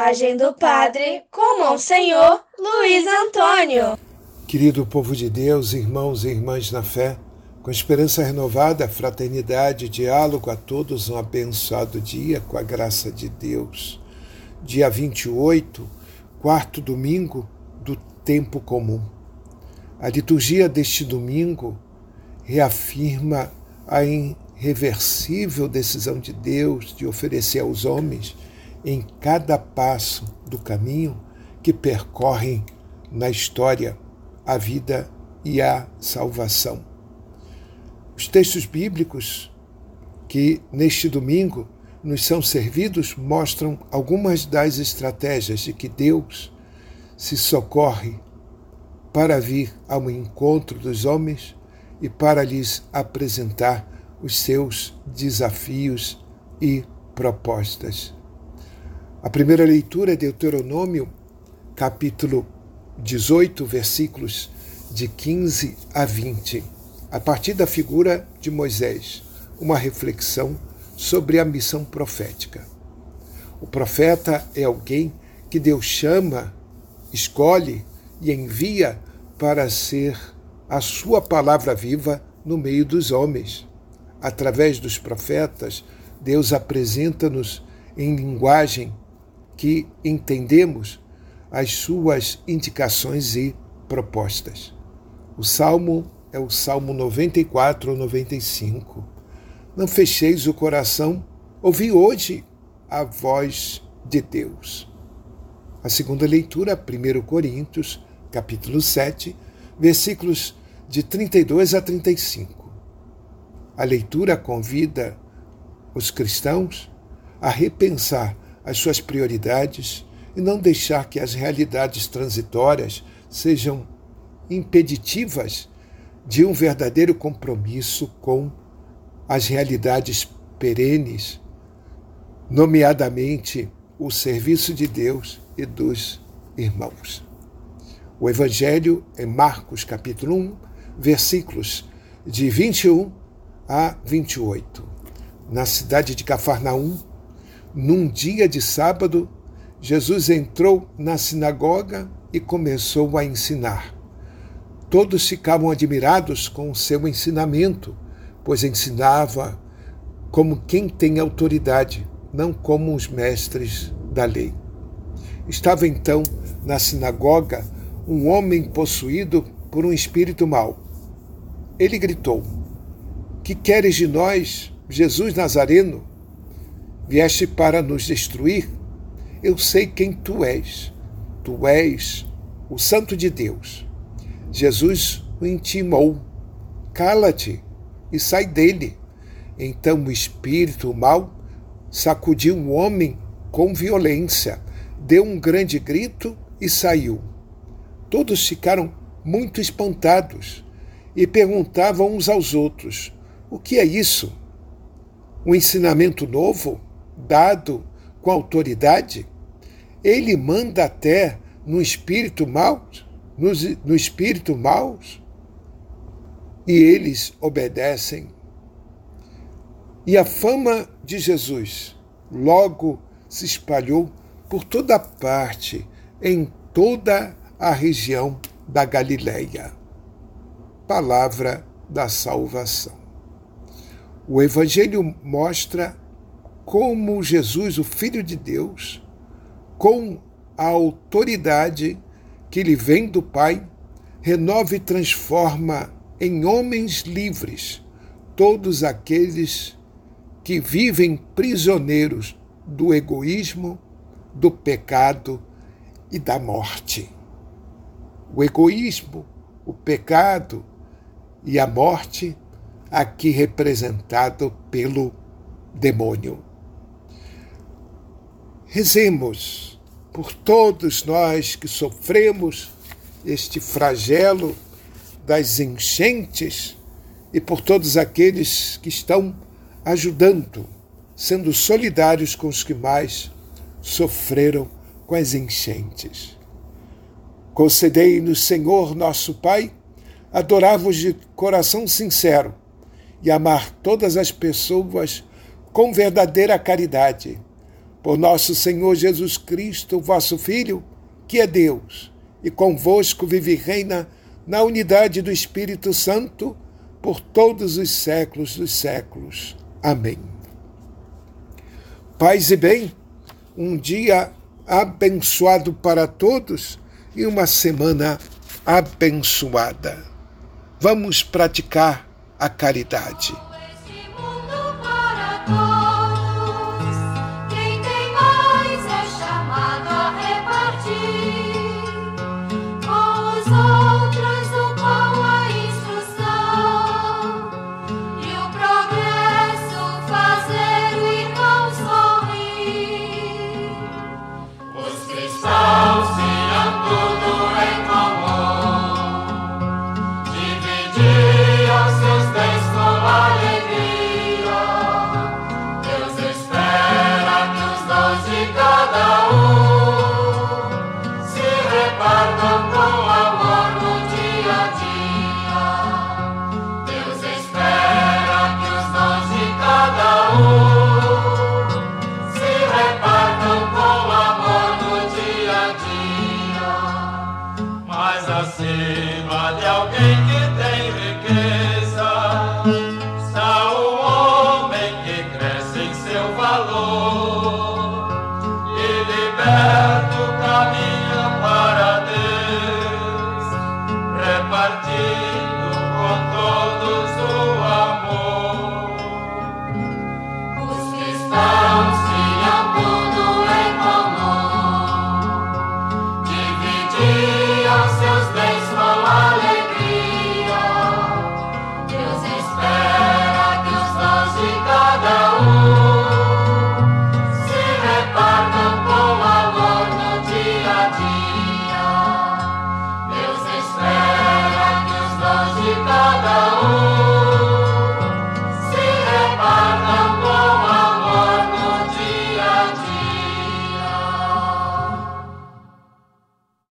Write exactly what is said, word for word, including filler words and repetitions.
Mensagem do Padre com Monsenhor Luiz Antônio. Querido povo de Deus, irmãos e irmãs na fé, com esperança renovada, fraternidade, diálogo a todos, um abençoado dia com a graça de Deus. Dia vinte e oito, quarto domingo do tempo comum. A liturgia deste domingo reafirma a irreversível decisão de Deus de oferecer aos homens, em cada passo do caminho que percorrem na história, a vida e a salvação. Os textos bíblicos que neste domingo nos são servidos mostram algumas das estratégias de que Deus se socorre para vir ao encontro dos homens e para lhes apresentar os seus desafios e propostas. A primeira leitura é Deuteronômio, capítulo dezoito, versículos de quinze a vinte, a partir da figura de Moisés, uma reflexão sobre a missão profética. O profeta é alguém que Deus chama, escolhe e envia para ser a sua palavra viva no meio dos homens. Através dos profetas, Deus apresenta-nos em linguagem que entendemos as suas indicações e propostas. O Salmo é o Salmo noventa e quatro ou noventa e cinco. Não fecheis o coração, ouvi hoje a voz de Deus. A segunda leitura, primeira Coríntios, capítulo sete, versículos de trinta e dois a trinta e cinco. A leitura convida os cristãos a repensar as suas prioridades e não deixar que as realidades transitórias sejam impeditivas de um verdadeiro compromisso com as realidades perenes, nomeadamente o serviço de Deus e dos irmãos. O Evangelho é Marcos, capítulo um, versículos de vinte e um a vinte e oito. Na cidade de Cafarnaum, num dia de sábado, Jesus entrou na sinagoga e começou a ensinar. Todos ficavam admirados com o seu ensinamento, pois ensinava como quem tem autoridade, não como os mestres da lei. Estava então na sinagoga um homem possuído por um espírito mau. Ele gritou: "Que queres de nós, Jesus Nazareno? Vieste para nos destruir? Eu sei quem tu és. Tu és o Santo de Deus." Jesus o intimou: "Cala-te e sai dele." Então o espírito mau sacudiu o homem com violência, deu um grande grito e saiu. Todos ficaram muito espantados e perguntavam uns aos outros: "O que é isso? Um ensinamento novo, dado com autoridade? Ele manda até no espírito mau, no, no espírito maus, e eles obedecem." E a fama de Jesus logo se espalhou por toda parte, em toda a região da Galileia. Palavra da salvação. O Evangelho mostra como Jesus, o Filho de Deus, com a autoridade que lhe vem do Pai, renova e transforma em homens livres todos aqueles que vivem prisioneiros do egoísmo, do pecado e da morte. O egoísmo, o pecado e a morte, aqui representado pelo demônio. Rezemos por todos nós que sofremos este flagelo das enchentes e por todos aqueles que estão ajudando, sendo solidários com os que mais sofreram com as enchentes. Concedei-nos, Senhor nosso Pai, adorar-vos de coração sincero e amar todas as pessoas com verdadeira caridade, por nosso Senhor Jesus Cristo, vosso Filho, que é Deus, e convosco vive e reina na unidade do Espírito Santo, por todos os séculos dos séculos. Amém. Paz e bem, um dia abençoado para todos e uma semana abençoada. Vamos praticar a caridade.